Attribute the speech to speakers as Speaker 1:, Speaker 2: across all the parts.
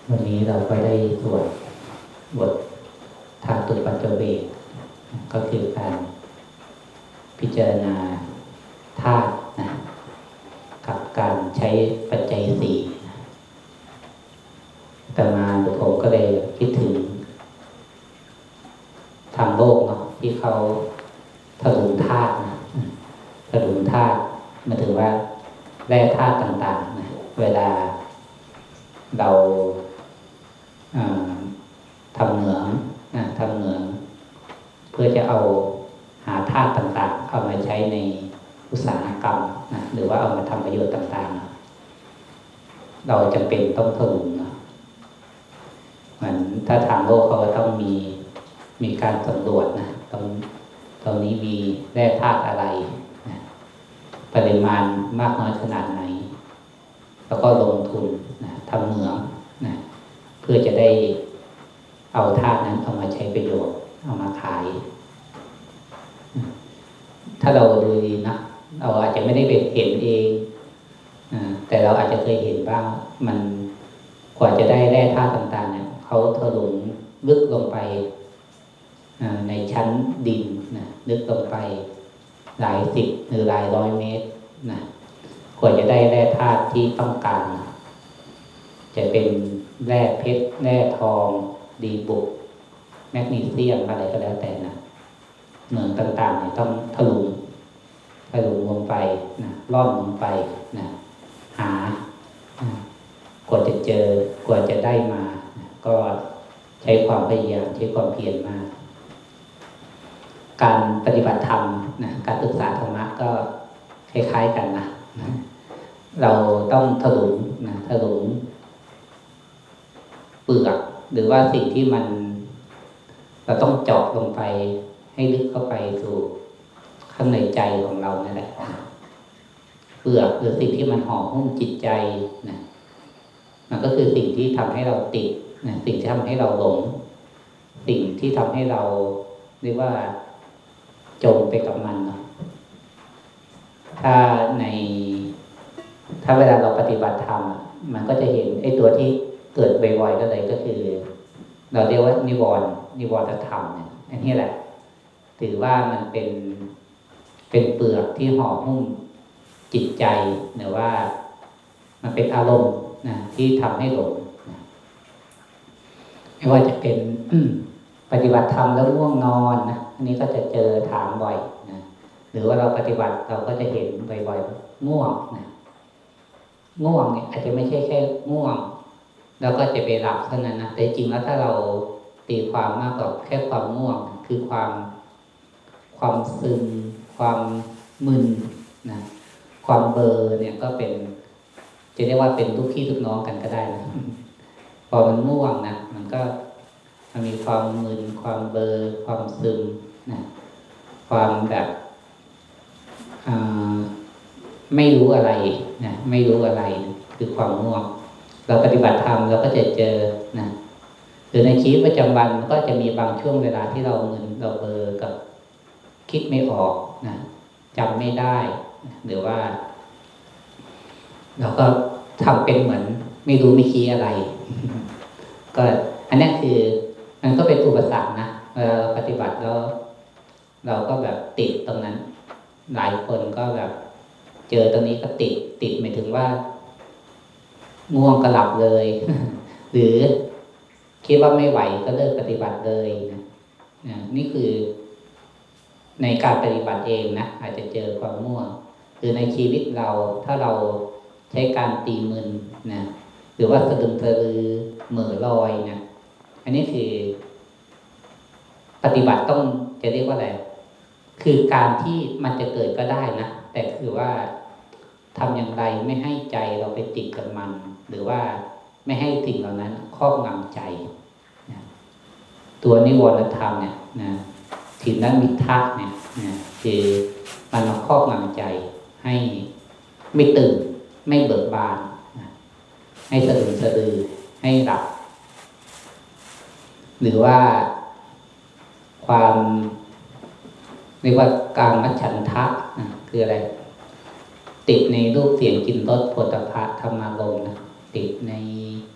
Speaker 1: วันนี้เราก็ได้สวดบทธาตุปัจจเวกก็คือการพิจารณาธาตุนะกับการใช้ปัจจัยสี่แต่มาผมก็เลยคิดถึงทางโลกเนาะที่เขาถลุงธาตุนะถลุงธาตุหมายถึงว่าแร่ธาตุต่างๆนะเวลาเราทำเหมืองเพื่อจะเอาหาธาตุต่างๆเอามาใช้ในอุตสาหกรรมนะหรือว่าเอามาทำประโยชน์ต่างๆนะเราจำเป็นต้องถลุงนะเหมือนถ้าทางโลกเขาก็ต้องมีการสำรวจนะตรงนี้มีแร่ธาตุอะไรนะปริมาณมากน้อยขนาดไหนแล้วก็ลงทุนนะทำเหมืองนะเพื่อจะได้เอาธาตุนั้นเอามาใช้ประโยชน์เอามาขายถ้าเราดูดีนะเราอาจจะไม่ได้ไปเห็นเองแต่เราอาจจะเคยเห็นบ้างมันกว่าจะได้แร่ธาตุต่างๆเนี่ยเขาถลุงลึกลงไปในชั้นดินนะลึกลงไปหลายสิบหรือหลายร้อยเมตรนะกว่าจะได้แร่ธาตุที่ต้องการนะจะเป็นแร่เพชรแร่ทองดีบุกแมกนีเซียมอะไรก็แล้วแต่นะเหมืองต่างๆเนี่ยต้องถลุงลงไปนะล่อนลงไปนะหากว่าจะเจอกว่าจะได้มานะก็ใช้ความพยายามใช้ความเพียรมากการปฏิบัติธรรมนะการศึกษาธรรมะก็คล้ายๆกันนะเราต้องถลุงเปลือกหรือว่าสิ่งที่มันเราต้องเจาะลงไปให้ลึกเข้าไปสู่ข้างในใจของเรานั่นแหละเปลือกหรือสิ่งที่มันห่อหุ้มจิตใจนะมันก็คือสิ่งที่ทำให้เราติดนะสิ่งที่ทำให้เราหลงสิ่งที่ทำให้เราเรียกว่าจมไปกับมันเนาะถ้าเวลาเราปฏิบัติธรรมมันก็จะเห็นไอ้ตัวที่เกิดบ่อยๆก็เลยก็คือเราเรียกว่านิวรณธรรมเนี่ยอันนี้แหละถือว่ามันเป็นเปลือกที่ห่อหุ้มจิตใจหรือว่ามันเป็นอารมณ์นะที่ทำให้หลงนะไม่ว่าจะเป็น ปฏิบัติธรรมแล้วง่วงนอนนะอันนี้ก็จะเจอถามบ่อยนะหรือว่าเราปฏิบัติเราก็จะเห็นบ่อยๆง่วงนะง่วงเนี่ยอาจจะไม่ใช่แค่ง่วงแล้วก็จะไปหลับเท่านั้นนะแต่จริงแล้วถ้าเราตีความมากกว่าแค่ความง่วงคือความซึมความมึนนะความเบลอเนี่ยก็เป็นจะเรียกว่าเป็นลูกพี่ลูกน้องกันก็ได้นะพอมันง่วงนะมันมีความมึนความเบลอความซึมนะความแบบไม่รู้อะไรนะไม่รู้อะไรคือความง่วงเราปฏิบัติธรรมเราก็จะเจอนะหรือในชีวิตประจำวันก็จะมีบางช่วงเวลาที่เรามึนเราเบลอกับคิดไม่ออกนะจำไม่ได้นะหรือว่าเราก็ทำเป็นเหมือนไม่รู้ไม่ชี้อะไร ก็อันนี้คือมันก็เป็นอุปสรรคนะเวลาเราปฏิบัติแล้วเราก็แบบติดตรงนั้นหลายคนก็แบบเจอตรงนี้ก็ติดหมายถึงว่าง่วงก็หลับเลย หรือคิดว่าไม่ไหวก็เลิกปฏิบัติเลยนะนี่คือในการปฏิบัติเองนะอาจจะเจอความง่วงหรือในชีวิตเราถ้าเราใช้การตีมึนนะหรือว่าสะดึมสะดือเหม่อลอยนะอันนี้คือปฏิบัติต้องจะเรียกว่าอะไรคือการที่มันจะเกิดก็ได้นะแต่คือว่าทำอย่างไรไม่ให้ใจเราไปติดกับมันหรือว่าไม่ให้สิ่งเหล่านั้นครอบงำใจนะตัวนิวรณธรรมเนี่ยนะถินมิทธะเนี่ยนะคือมันมาครอบงำใจให้ไม่ตื่นไม่เบิกบานนะให้สะดุ้งสะดือให้หลับหรือว่าความเรียกว่าการมัจฉันทะนะคืออะไรติดในรูปเสียงกลิ่นรสโผฏฐัพพะธรรมารมณ์นะติดใน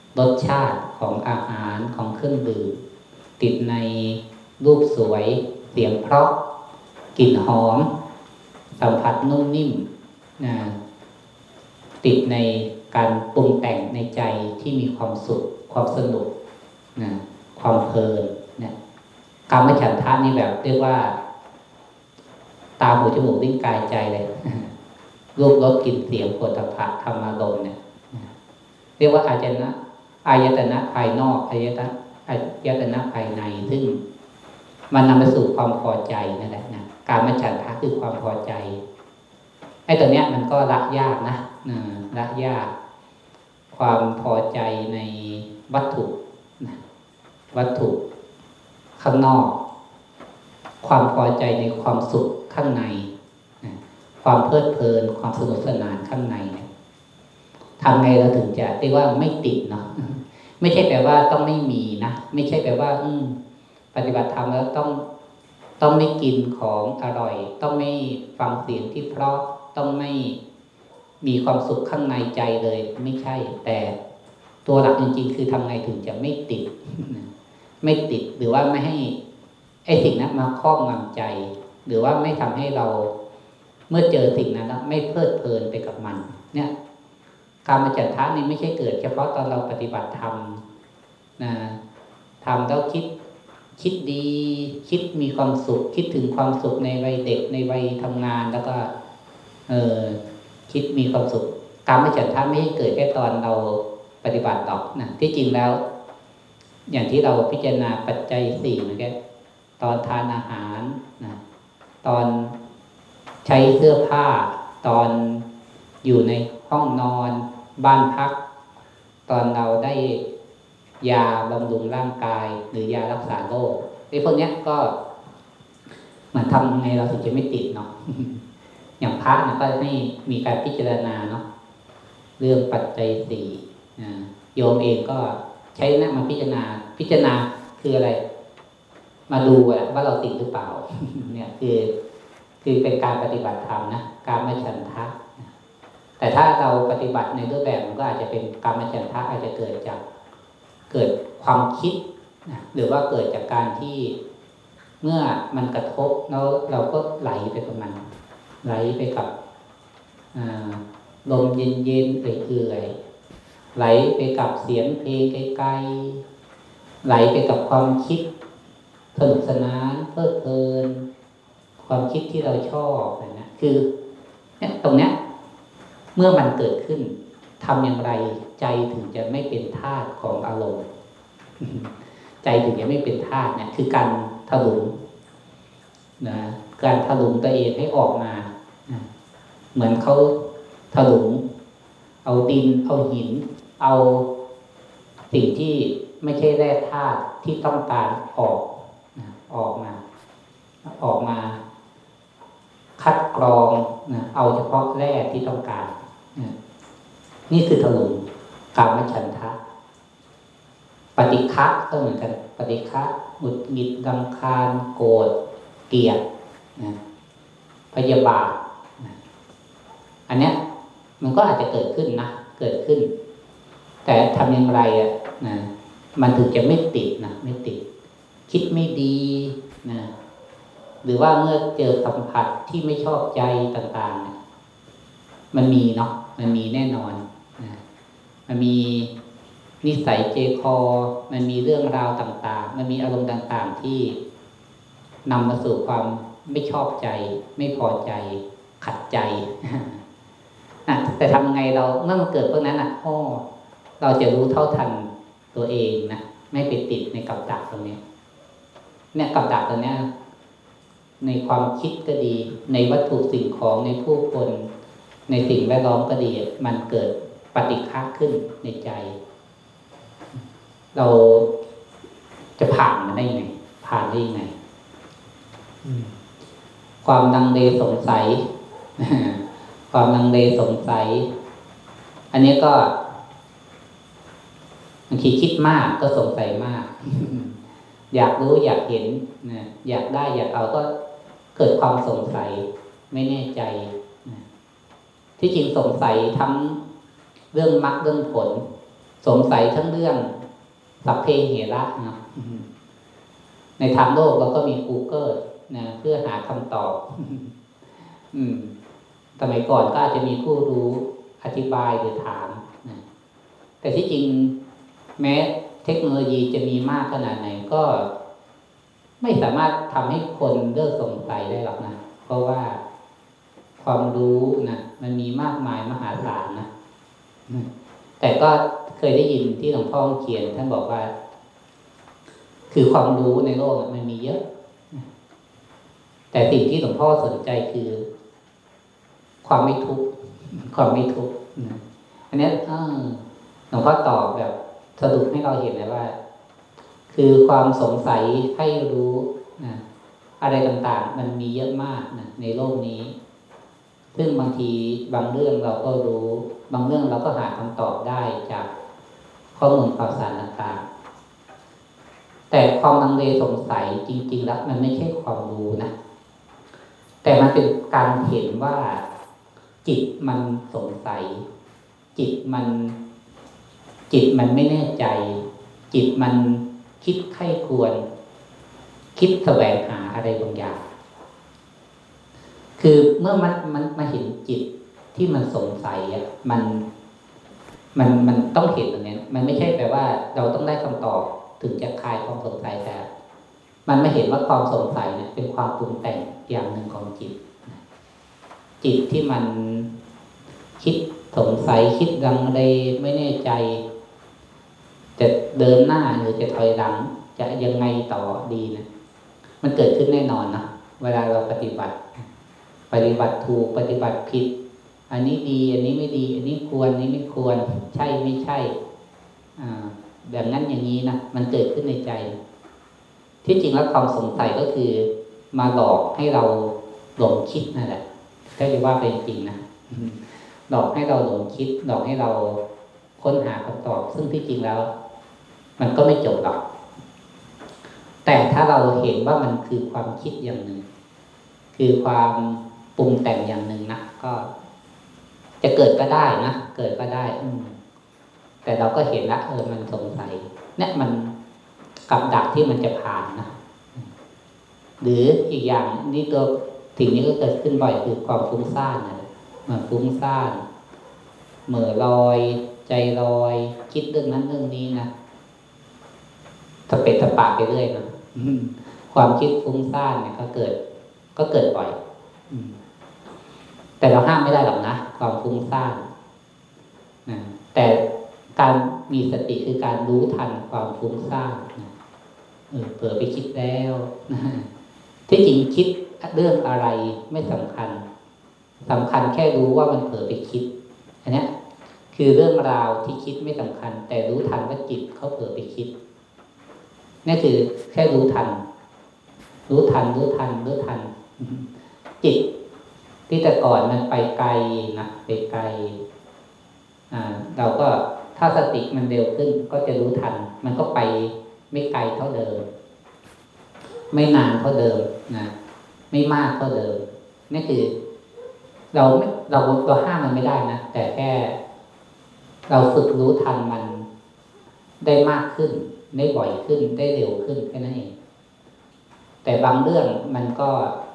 Speaker 1: รสชาติของอาหารของเครื่องดื่มติดในรูปสวยเสียงเพราะกลิ่นหอมสัมผัสนุ่มนิ่มนะติดในการปรุงแต่งในใจที่มีความสุขความสนุกนะความเพลินนะกามฉันทะนี่แบบเรียกว่าตาหูจมูกลิ้นกายใจเลย รูปรสกลิ่นเสียงโผฏฐัพพะธรรมารมณ์เนี่ยเรียกว่าอายตนะภายนอกอายตนะภายในซึ่งมันนำไปสู่ความพอใจนั่นแหละนะกามฉันทะคือความพอใจไอ้ตัวเนี้ยมันก็ละยากนะละยากความพอใจในวัตถุนะวัตถุข้างนอกความพอใจในความสุขข้างในนะความเพลิดเพลินความสนุกสนานข้างในเนี่ยทำไงเราถึงจะเรียกว่าไม่ติดเนาะ ไม่ใช่แปลว่าต้องไม่มีนะไม่ใช่แปลว่าปฏิบัติธรรมแล้วต้องไม่กินของอร่อยต้องไม่ฟังเสียงที่เพราะต้องไม่มีความสุขข้างในใจเลยไม่ใช่แต่ตัวหลักจริงๆคือทำไงถึงจะไม่ติด ไม่ติดหรือว่าไม่ให้ไอ้สิ่งนั้นมาครอบงำใจหรือว่าไม่ทำให้เราเมื่อเจอสิ่งนั้นแล้วไม่เพลิดเพลินไปกับมันเนี่ยกามฉันทะนี่ไม่ใช่เกิดเฉพาะตอนเราปฏิบัติธรรมนะทำแล้วคิดดีคิดมีความสุขคิดถึงความสุขในวัยเด็กในวัยทำงานแล้วก็คิดมีความสุขกามฉันทะไม่ใช่เกิดแค่ตอนเราปฏิบัติหรอกนะที่จริงแล้วอย่างที่เราพิจารณาปัจจัยสี่เหมือนกันตอนทานอาหารนะตอนใช้เสื้อผ้าตอนอยู่ในห้องนอนบ้านพักตอนเราได้ยาบำรุงร่างกายหรือยารักษาโรคไอ้พวกนี้ก็เหมือนทำยังไงเราถึงจะไม่ติดเนาะ อย่างพระนะก็ให้มีการพิจารณาเนาะเรื่องปัจจัยสี่โยมเองก็ใช้นะมาพิจารณาคืออะไรมาดูว่าเราติดหรือเปล่า เนี่ยคือเป็นการปฏิบัติธรรมนะกามฉันทะแต่ถ้าเราปฏิบัติในรูปแบบมันก็อาจจะเป็นกามฉันทะอาจจะเกิดความคิดนะหรือว่าเกิดจากการที่เมื่อมันกระทบแล้วเราก็ไหลไปกับมันไหลไปกับลมเย็นๆเอื่อยๆไหลไปกับเสียงเพลงไกลๆไหลไปกับความคิดสนุกสนานเพลิดเพลินความคิดที่เราชอบนะคือเนี่ยตรงเนี้ยเมื่อมันเกิดขึ้นทำอย่างไรใจถึงจะไม่เป็นทาสของอารมณ์ ใจถึงจะไม่เป็นทาสเนี่ยคือการถลุงนะการถลุงตัวเองให้ออกมาเหมือนเขาถลุงเอาดินเอาหินเอาสิ่งที่ไม่ใช่แร่ธาตุที่ต้องการออกมาคัดกรองเอาเฉพาะแร่ที่ต้องการนี่คือถลุงกามฉันทะปฏิฆะก็เหมือนกันปฏิฆะหงุดหงิดรำคาญโกรธเกลียดพยาบาทอันเนี้ยมันก็อาจจะเกิดขึ้นนะเกิดขึ้นแต่ทำอย่างไรมันถึงจะไม่ติดนะไม่ติดคิดไม่ดีนะหรือว่าเมื่อเจอสัมผัสที่ไม่ชอบใจต่างๆมันมีเนาะมันมีแน่นอนนะมันมีนิสัยเจคอมันมีเรื่องราวต่างๆมันมีอารมณ์ต่างๆที่นำมาสู่ความไม่ชอบใจไม่พอใจขัดใจ แต่ทำไงเราเมื่อมันเกิดพวกนั้นเราจะรู้เท่าทันตัวเองนะไม่ไปติดในกับดักตรงนี้เนี่ยกับดักตรงนี้ในความคิดก็ดีในวัตถุสิ่งของในผู้คนในสิ่งแวดล้อมก็ดีมันเกิดปฏิฆะขึ้นในใจเราจะผ่านมันได้ยังไงผ่านได้ยังไงความลังเลสงสัย ความลังเลสงสัยอันนี้ก็บางทีคิดมากก็สงสัยมาก อยากรู้อยากเห็นนะอยากได้อยากเอาก็เกิดความสงสัยไม่แน่ใจนะที่จริงสงสัยทั้งเรื่องมรรคเรื่องผลสงสัยทั้งเรื่องสัพเพเหระนะในทางโลกเราก็มี Google นะเพื่อหาคำตอบสมัยก่อนก็อาจจะมีผู้รู้อธิบายหรือถามนะแต่ที่จริงแม้เทคโนโลยีจะมีมากขนาดไหนก็ไม่สามารถทำให้คนเลิกสงสัยได้หรอกนะเพราะว่าความรู้นะมันมีมากมายมหาศาลนะแต่ก็เคยได้ยินที่หลวงพ่อเขียนท่านบอกว่าคือความรู้ในโลกมันมีเยอะแต่สิ่งที่หลวงพ่อสนใจคือความไม่ทุกข์ความไม่ทุกข์อันนี้หลวงพ่อตอบแบบสรุปให้เราเห็นเลยว่าคือความสงสัยให้รู้นะอะไรต่างๆมันมีเยอะมากนะในโลกนี้ซึ่งบางทีบางเรื่องเราก็รู้บางเรื่องเราก็หาคำตอบได้จากข้อมูลข่าวสารต่างๆแต่ความลังเลสงสัยจริงๆแล้วมันไม่ใช่ความรู้นะแต่มันเป็นการเห็นว่าจิตมันสงสัยจิตมันไม่แน่ใจจิตมันคิดไข้ควรคิดแสวงหาอะไรบางอย่างคือเมื่อมันมาเห็นจิตที่มันสงสัยอ่ะมันต้องเห็นตรงนี้มันไม่ใช่แปลว่าเราต้องได้คำตอบถึงจะคลายความสงสัยแต่มันไม่เห็นว่าความสงสัยเนี่ยเป็นความปรุงแต่งอย่างหนึ่งของจิตที่มันคิดสงสัยคิดลังเลไม่แน่ใจจะเดินหน้าหรือจะถอยหลังจะยังไงต่อดีนะมันเกิดขึ้นแน่นอนนะเวลาเราปฏิบัติถูกปฏิบัติผิดอันนี้ดีอันนี้ไม่ดีอันนี้ควรอันนี้ไม่ควรใช่ไม่ใช่แบบนั้นอย่างนี้นะมันเกิดขึ้นในใจที่จริงแล้วความสงสัยก็คือมาหลอกให้เราหลงคิดนั่นแหละถ้าจะว่าเป็นจริงนะหลอกให้เราหลงคิดหลอกให้เราค้นหาคำตอบซึ่งที่จริงแล้วมันก็ไม่จบหรอกแต่ถ้าเราเห็นว่ามันคือความคิดอย่างหนึ่งคือความปรุงแต่งอย่างหนึ่งนะก็จะเกิดก็ได้นะเกิดก็ได้แต่เราก็เห็นละมันสงสัยเนี่ยมันกับดักที่มันจะผ่านนะหรืออีกอย่างนี่ตัวสิ่งนี้ก็เกิดขึ้นบ่อยคือความฟุ้งซ่านนะมันฟุ้งซ่านเหม่อลอยใจลอยคิดเรื่องนั้นเรื่องนี้นะสเปะสปะไปเรื่อยนะความคิดฟุ้งซ่านเนี่ยก็เกิดบ่อยแต่เราห้ามไม่ได้หรอกนะความฟุ้งซ่านนะแต่การมีสติคือการรู้ทันความฟุ้งซ่านนะเผลอไปคิดแล้วนะที่จริงคิดเรื่องอะไรไม่สำคัญแค่รู้ว่ามันเผลอไปคิดอันนี้คือเรื่องราวที่คิดไม่สำคัญแต่รู้ทันว่าจิตเขาเผลอไปคิดนี่คือแค่รู้ทันจิตที่แต่ก่อนมันไปไกลนะไปไกลเราก็ถ้าสติมันเร็วขึ้นก็จะรู้ทันมันก็ไปไม่ไกลเท่าเดิมไม่นานเท่าเดิมนะไม่มากเท่าเดิมนี่คือเราห้ามมันไม่ได้นะแต่แค่เราฝึกรู้ทันมันได้มากขึ้นได้บ่อยขึ้นได้เร็วขึ้นแค่นั้นเองแต่บางเรื่องมันก็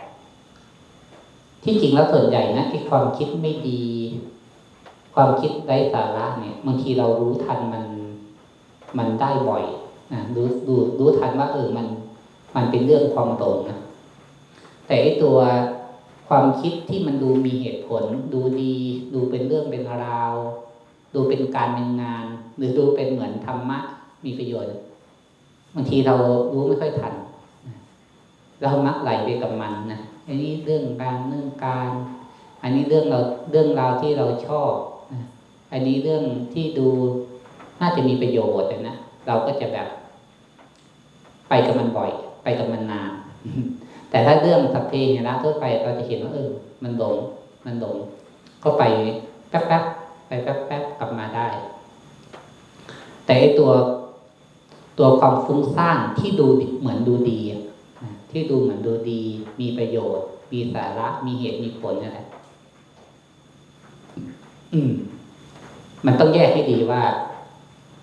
Speaker 1: ที่จริงแล้วส่วนใหญ่นะที่ความคิดไม่ดีความคิดไร้สาระเนี่ยบางทีเรารู้ทันมันได้บ่อยนะรู้ทันว่ามันเป็นเรื่องความหลงนะแต่ไอ้ตัวความคิดที่มันดูมีเหตุผลดูดีดูเป็นเรื่องเป็นราวดูเป็นการเป็นงานหรือดูเป็นเหมือนธรรมะมีประโยชน์บางทีเรารู้ไม่ค่อยทันเรามักไหลไปกับมันนะอันนี้เรื่องการอันนี้เรื่องราวที่เราชอบอันนี้เรื่องที่ดูน่าจะมีประโยชน์นะเราก็จะแบบไปกับมันบ่อยไปกับมันนานแต่ถ้าเรื่องสัพเพเหระทั่วไปเราจะเห็นว่ามันหลงก็ไปแป๊บๆไปแป๊บๆกลับมาได้แต่ไอ้ตัวความฟุ้งซ่านที่ดูเหมือนดูดีที่ดูเหมือนดูดีมีประโยชน์มีสาระมีเหตุมีผลนั่นแหละมันต้องแยกให้ดีว่า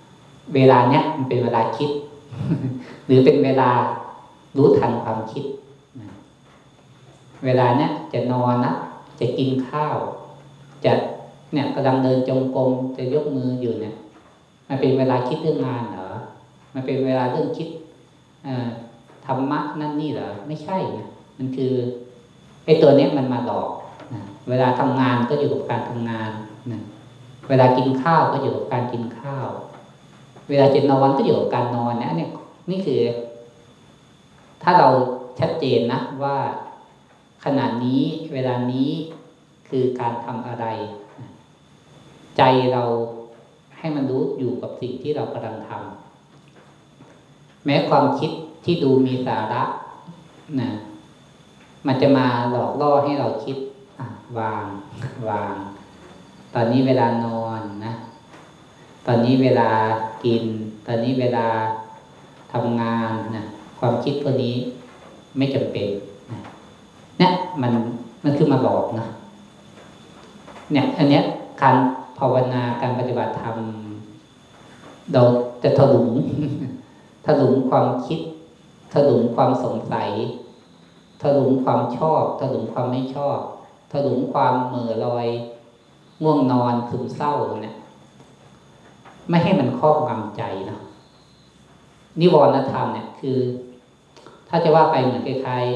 Speaker 1: เวลาเนี้ยมันเป็นเวลาคิด หรือเป็นเวลารู้ทันความคิดเวลาเนี้ยจะนอนนะจะกินข้าวจะเนี่ยกำลังเดินจงกรมจะยกมืออยู่เนี่ยมันเป็นเวลาคิดเรื่องงานเหรอมันเป็นเวลาเรื่องคิดธรรมะนั่นนี่เหรอไม่ใช่นะมันคือไอ้ตัวเนี้ยมันมาหลอกนะเวลาทำงานก็อยู่กับการทำงานนะเวลากินข้าวก็อยู่กับการกินข้าวเวลาจะนอนก็อยู่กับการนอนนะเนี่ยนี่คือถ้าเราชัดเจนนะว่าขณะนี้เวลานี้คือการทำอะไรใจเราให้มันรู้อยู่กับสิ่งที่เรากำลังทำแม้ความคิดที่ดูมีสาระนะมันจะมาหลอกล่อให้เราคิดวางตอนนี้เวลานอนนะตอนนี้เวลากินตอนนี้เวลาทำงานนะความคิดพวกนี้ไม่จำเป็นนะเนี่ยมันคือมาหลอกนะเนี่ยอันเนี้ยการภาวนาการปฏิบัติธรรมเราจะถลุง ถลุงความคิดถลุงความสงสัยถลุงความชอบถลุงความไม่ชอบถลุงความเหม่อลอยง่วงนอนซึมเศร้าเนี่ยไม่ให้มันครอบงำใจเนาะนิวรณธรรมเนี่ยคือถ้าจะว่าไปเหมือนคล้าย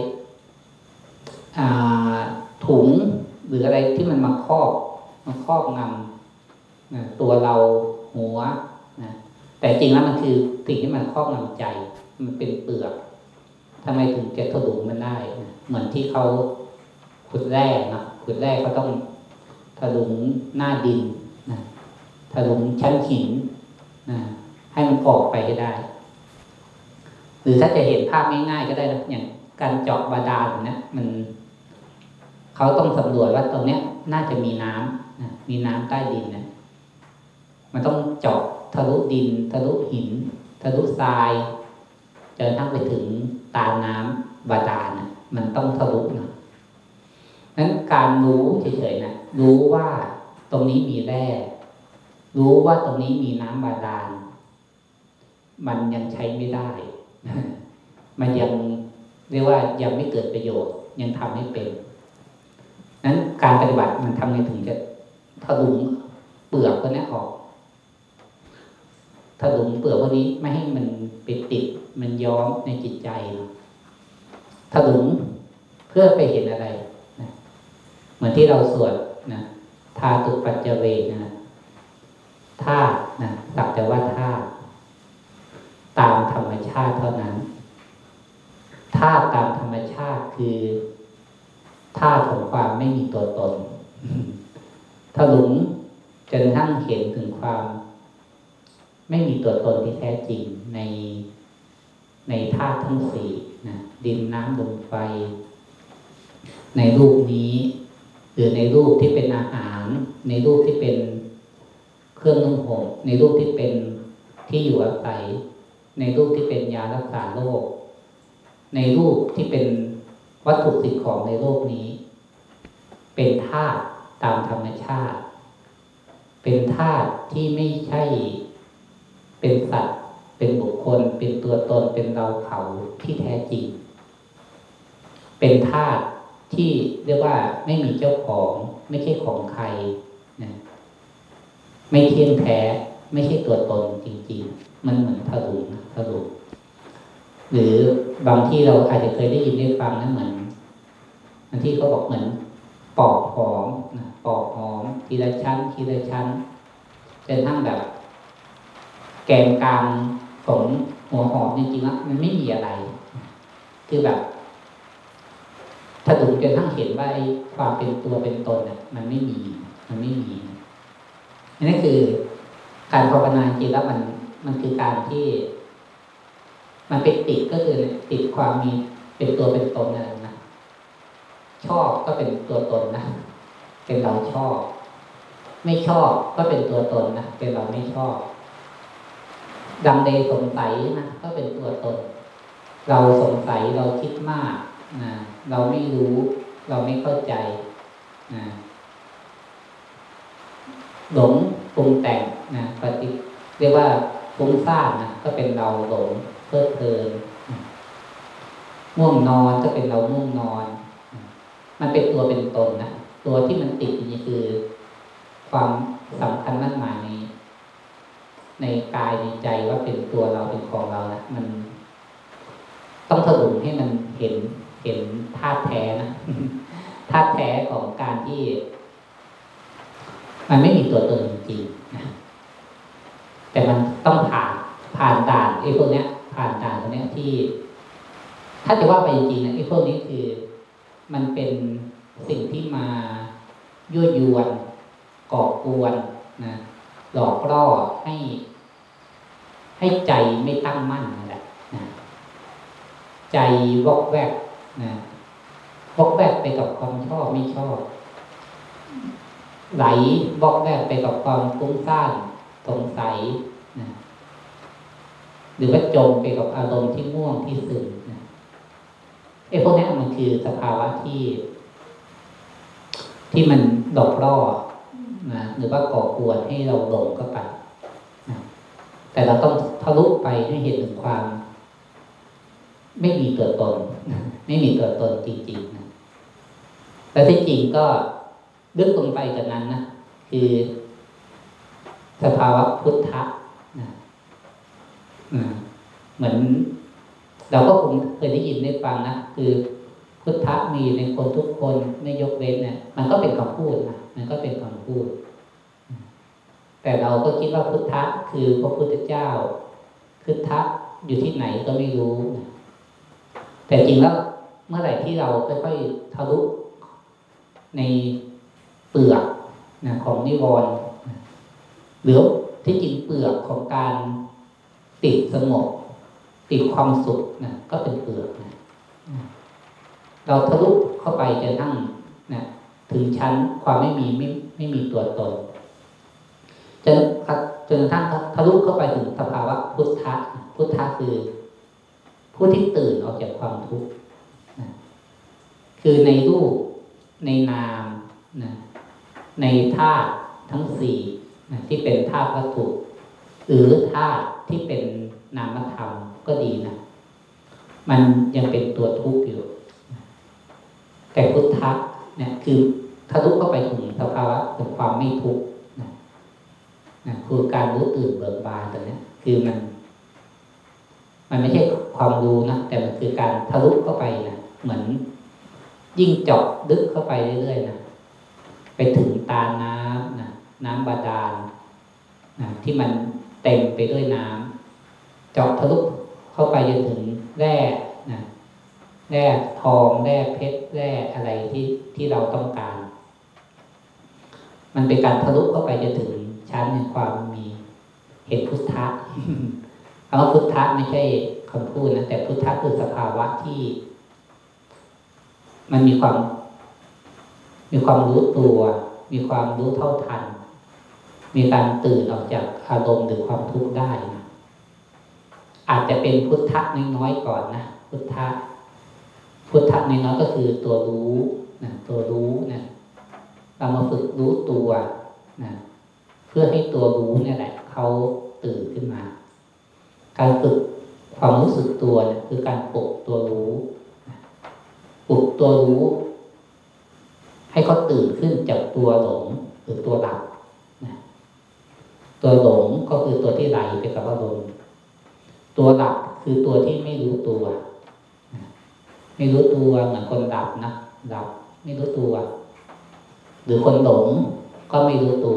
Speaker 1: ๆถุงหรืออะไรที่มันมาครอบงำตัวเราหัวนะแต่จริงแล้วมันคือสิ่งที่มันครอบงำใจมันเป็นเปลือกทำไมถึงจะถลุงมันได้นะเหมือนที่เขาขุดแร่นะขุดแร่เขาต้องถลุงหน้าดินนะถลุงชั้นหินนะให้มันออกไปให้ได้หรือถ้าจะเห็นภาพง่ายๆก็ได้นะอย่างการเจาะบาดาลนะมันเขาต้องสำรวจว่าตรงเนี้ยน่าจะมีน้ำนะมีน้ำใต้ดินนะมันต้องเจาะทะลุดินทะลุหินทะลุทรายจนทั้งไปถึงตาน้ำบาดาลนะมันต้องทะลุนะนั้นการรู้เฉยๆนะรู้ว่าตรงนี้มีแร่รู้ว่าตรงนี้มีน้ำบาดาลมันยังใช้ไม่ได้ มันยังเรียกว่ายังไม่เกิดประโยชน์ยังทำไม่เป็นนั้นการปฏิบัติมันทำไงถึงจะถลุงเปลือกพวกนี้ออกถลุงเปลือกพวกนี้ไม่ให้มันไปติดมันย้อมในจิตใจถลุงเพื่อไปเห็นอะไรนะเหมือนที่เราสวดนะธาตุปัจจเวกนะธาตุนะสักแต่ว่าธาตุตามธรรมชาติเท่านั้นธาตุตามธรรมชาติคือธาตุของความไม่มีตัวตนถลุงจนทั้งเห็นถึงความไม่มีตัวตนที่แท้จริงในธาตุทั้งสี่นะดินน้ำลมไฟในรูปนี้หรือในรูปที่เป็นอาหารในรูปที่เป็นเครื่องนุ่งห่มในรูปที่เป็นที่อยู่อาศัยในรูปที่เป็นยารักษาโรคในรูปที่เป็นวัตถุสิ่งของในโลกนี้เป็นธาตุตามธรรมชาติเป็นธาตุที่ไม่ใช่เป็นสัตว์เป็นบุคคลเป็นตัวตนเป็นเราเขาที่แท้จริงเป็นธาตุที่เรียกว่าไม่มีเจ้าของไม่ใช่ของใครนะไม่เที่ยงแท้ไม่ใช่ตัวตนจริงๆมันเหมือนถลุงหรือบางที่เราอาจจะเคยได้ยินได้ฟังนะเหมือนบางที่เขาบอกเหมือนปอกหอมนะปอกหอมทีละชั้นทีละชั้นจนทั้งแบบแกนกลางของหัวหอมจริงๆแล้วมันไม่มีอะไรคือแบบถลุงจนทั้งเห็นว่าไอ้ความเป็นตัวเป็นตนเนี่ยมันไม่มีนั่นคือการภาวนาจริงแล้วมันคือการที่มันเป็นติดก็คือติดความมีเป็นตัวเป็นตนนั่นแหละนะชอบก็เป็นตัวตนนะเป็นเราชอบไม่ชอบก็เป็นตัวตนนะเป็นเราไม่ชอบดังเดสงสัยนะก็เป็นตัวตนเราสงสัยเราคิดมากนะเราไม่รู้เราไม่เข้าใจนะหลงปรุงแต่งนะเรียกว่าฟุ้งซ่านนะก็เป็นเราหลงเพลิดเพลินง่วงนอนก็เป็นเราง่วงนอนมันเป็นตัวเป็นตนนะตัวที่มันติดอยู่นี่คือความสำคัญมั่นหมายในกายในใจว่าเป็นตัวเราเป็นของเรานะมันต้องถลุงให้มันเห็นธาตุแท้นะ ธาตุแท้ของการที่มันไม่มีตัวตนจริงๆนะแต่มันต้องผ่านด่านไอ้พวกเนี้ยผ่านด่านตรงเนี้ยที่ถ้าจะว่าไปจริงๆนะไอ้พวกนี้คือมันเป็นสิ่งที่มายั่วยวนก่อกวนนะหลอกล่อให้ใจไม่ตั้งมั่นนั่นแหละนะใจวอกแวกนะวอกแวกไปกับความชอบไม่ชอบไหลวอกแวกไปกับความฟุ้งซ่านสงสัยนะหรือว่าจมไปกับอารมณ์ที่ง่วงที่ซึมนะไอ้พวกนี้มันคือสภาวะที่มันหลอกล่อนะหรือว่าก่อกวนให้เราหลงเข้าไปนะแต่เราต้องทะลุไปให้เห็นถึงความไม่มีตัวตนนะไม่มีตัวตนจริงๆนะแต่ที่จริงก็ลึกลงไปกว่านั้นนะคือสภาวะพุทธะนะเหมือนเราก็คงเคยได้ยินได้ฟังนะคือพุทธะมีในคนทุกคนไม่ยกเว้นเนี่ยมันก็เป็นคำพูดนะมันก็เป็นคำพูดแต่เราก็คิดว่าพุทธะคือพระพุทธเจ้าพุทธะอยู่ที่ไหนก็ไม่รู้นะแต่จริงแล้วเมื่อไหร่ที่เราค่อยๆทะลุในเปลือกนะของนิวรณ์หรือที่จริงเปลือกของการติดสงบติดความสุขนะก็เป็นเปลือกนะเราทะลุเข้าไปจนทั้งนะถึงชั้นความไม่มีตัวตนจนทั้งทะลุเข้าไปถึงสภาวะพุทธะพุทธะคือผู้ที่ตื่นออกจากความทุกข์นะคือในรูปในนามนะในธาตุทั้งสี่นะที่เป็นธาตุวัตถุหรือธาตุที่เป็นนามธรรมก็ดีนะมันยังเป็นตัวทุกข์อยู่แต่พุทธะเนี่ยคือทะลุเข้าไปถึงสภาวะของความไม่ทุกข์นะคือการรู้ตื่นเบิกบานตรงนี้คือมันไม่ใช่ความรู้นะแต่มันคือการทะลุเข้าไปนะเหมือนยิ่งเจาะลึกเข้าไปเรื่อยๆนะไปถึงตาน้ำนะน้ำบาดาลนะที่มันเต็มไปด้วยน้ำเจาะทะลุเข้าไปจนถึงแร่นะแร่ทองแร่เพชรแร่อะไรที่เราต้องการมันเป็นการทะลุเข้าไปจนถึงชั้นแห่งความมีเห็นพุทธะ คำว่าพุทธะไม่ใช่คำพูดนะแต่พุทธะคือสภาวะที่มันมีความรู้ตัวมีความรู้เท่าทันมีการตื่นออกจากอารมณ์หรือความทุกข์ได้นะอาจจะเป็นพุทธะน้อยๆก่อนนะพุทธะน้อยๆก็คือตัวรู้นะตัวรู้นะเรามาฝึกรู้ตัวนะเพื่อให้ตัวรู้เนี่ยแหละเขาตื่นขึ้นมาการฝึกความรู้สึกตัวเนี่ยคือการปลุกตัวรู้ปลุกตัวรู้ให้เขาตื่นขึ้นจากตัวหลงหรือตัวหลับนะตัวหลงก็คือตัวที่ไหลไปกับอารมณ์ตัวหลับคือตัวที่ไม่รู้ตัวไม่รู้ตัวเหมือนคนหลับนะหลับไม่รู้ตัวหรือคนหลงก็ไม่รู้ตัว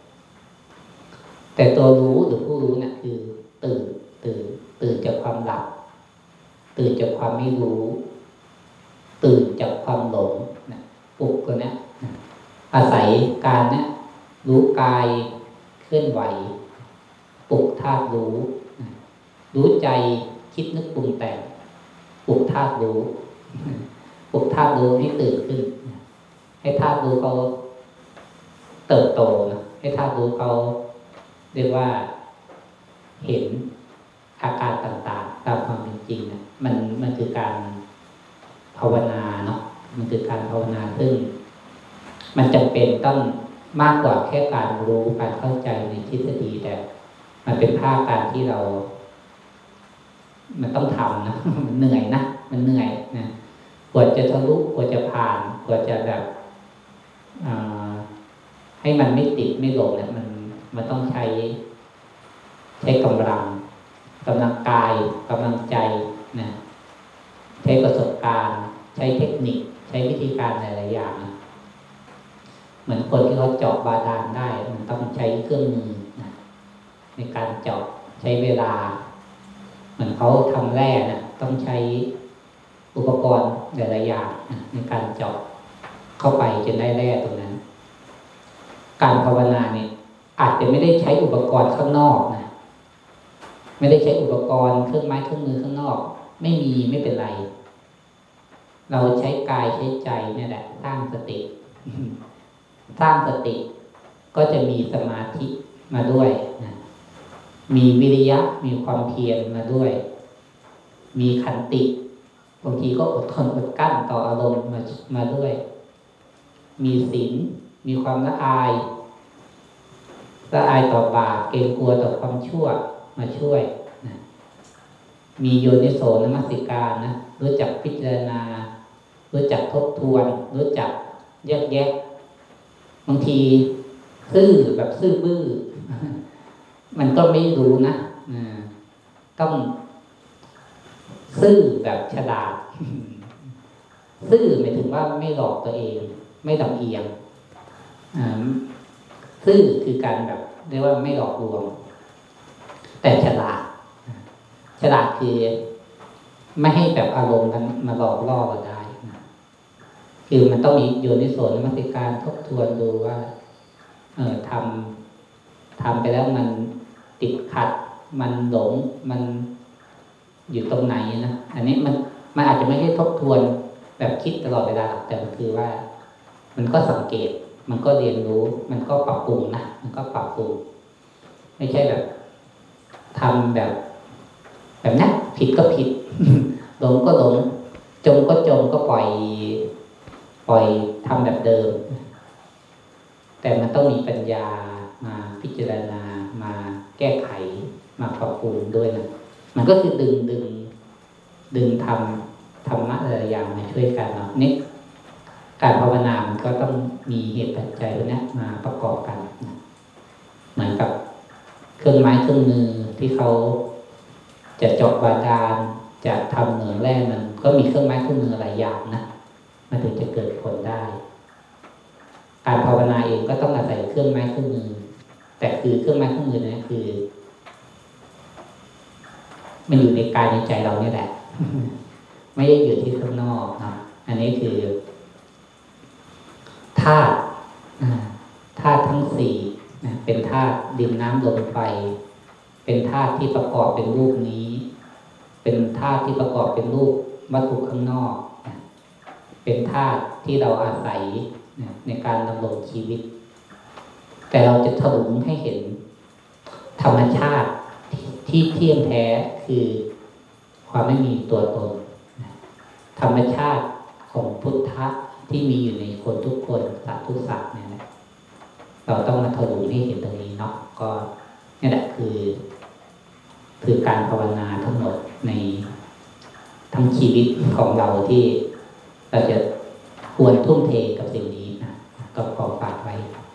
Speaker 1: แต่ตัวรู้หรือผู้รู้เนี่ยคือตื่นจากความหลับตื่นจากความไม่รู้ตื่นจากความหลงนะปลุกตัวเนี้ยอาศัยการเนี้ยรู้กายเคลื่อนไหวปลุกธาตุรู้ใจคิดนึกปรุงแต่งปลุกธาตุรู้ปลุกธาตุรู้ให้ตื่นขึ้นให้ธาตุรู้เขาเติบโตนะให้ธาตุรู้เขาเรียกว่าเห็นอาการต่างๆตามความเป็นจริงนะมันคือการภาวนาเนาะมันคือการภาวนาซึ่งมันจำเป็นต้องมากกว่าแค่การรู้การเข้าใจในทฤษฎีแต่มันเป็นภาคการที่เรา มันต้องทำนะ มันเหนื่อยนะมันเหนื่อยนะกว่าจะทะลุกว่าจะผ่านกว่าจะแบบให้มันไม่ติดไม่หลงเนี่ยมันต้องใช้กำลังกายกำลังใจนะใช้ประสบการณ์ใช้เทคนิคใช้วิธีการหลายๆอย่างนะเหมือนคนที่เขาเจาะบาดาลได้มันต้องใช้เครื่องมือนะในการเจาะใช้เวลาเหมือนเขาทำแร่นะต้องใช้อุปกรณ์หลายๆอย่างนะในการเจาะเข้าไปจนได้แร่ตรงนั้นการภาวนาเนี่ยอาจจะไม่ได้ใช้อุปกรณ์ข้างนอกนะไม่ได้ใช้อุปกรณ์เครื่องไม้เครื่องมือข้างนอกไม่เป็นไรเราใช้กายใช้ใจเนี่ยแหละสร้างสติ สร้างสติก็จะมีสมาธิมาด้วยนะมีวิริยะมีความเพียรมาด้วยมีขันติบางทีก็อดทนอดกลั้นต่ออารมณ์มาด้วยมีศีลมีความละอายต่อบาปเกรงกลัวต่อความชั่วมาช่วยนะมีโยนิโสมนสิการนะรู้จักพิจารณารู้จักทบทวนรู้จักแยกแยะบางทีซื่อแบบซื่อบื้อ มันก็ไม่รู้นะต้องซื่อแบบฉลาด ซื่อหมายถึงว่าไม่หลอกตัวเองไม่ลำเอียงซื่อคือการแบบเรียกว่าไม่หลอกลวงแต่ฉลาดคือไม่ให้แบบอารมณ์นั้นมาหลอกล่อเราได้นะคือมันต้องมีโยนิโสมนสิการทบทวนดูว่าทำไปแล้วมันติดขัดมันหลงมันอยู่ตรงไหนนะอันนี้มันอาจจะไม่ใช่ทบทวนแบบคิดตลอดเวลาแต่มันคือว่ามันก็สังเกตมันก็เรียนรู้มันก็ปรับปรุงนะมันก็ปรับปรุงไม่ใช่แบบทำแบบนั้นผิดก็ผิด หลงก็หลงจมก็จมก็ปล่อยทำแบบเดิมแต่มันต้องมีปัญญามาพิจารณามาแก้ไขมาปรับปรุงด้วยนะมันก็คือดึงธรรมะหลายอย่างมาช่วยกันเนาะนี่การภาวนามันก็ต้องมีเหตุปัจจัยพวกนี้มาประกอบกันนะเหมือนกับเครื่องไม้เครื่องมือที่เขาจะเจาะบาดาลจะทำเหมืองแร่มันก็มีเครื่องไม้เครื่องมือหลายอย่างนะมันถึงจะเกิดผลได้การภาวนาเองก็ต้องอาศัยเครื่องไม้เครื่องมือแต่คือเครื่องไม้เครื่องมือนะคือมันอยู่ในกายในใจเราเนี่ยแหละ ไม่ได้อยู่ที่ข้างนอกนะอันนี้คือธาตุทั้งสี่นะเป็นธาตุดินน้ำลมไฟเป็นธาตุที่ประกอบเป็นรูปนี้เป็นธาตุที่ประกอบเป็นรูปวัตถุข้างนอกนะเป็นธาตุที่เราอาศัยนะในการดำรงชีวิตแต่เราจะถลุงให้เห็นธรรมชาติที่เที่ยงแท้คือความไม่มีตัวตนนะธรรมชาติของพุทธะที่มีอยู่ในคนทุกคนสัตว์ทุกสัตว์เนี่ยนะเราต้องมาถลุงให้เห็นตรงนี้เนาะก็นี่แหละคือการภาวนาทั้งหมดในทั้งชีวิตของเราที่เราจะควรทุ่มเทกับสิ่งนี้นะก็ขอฝากไว้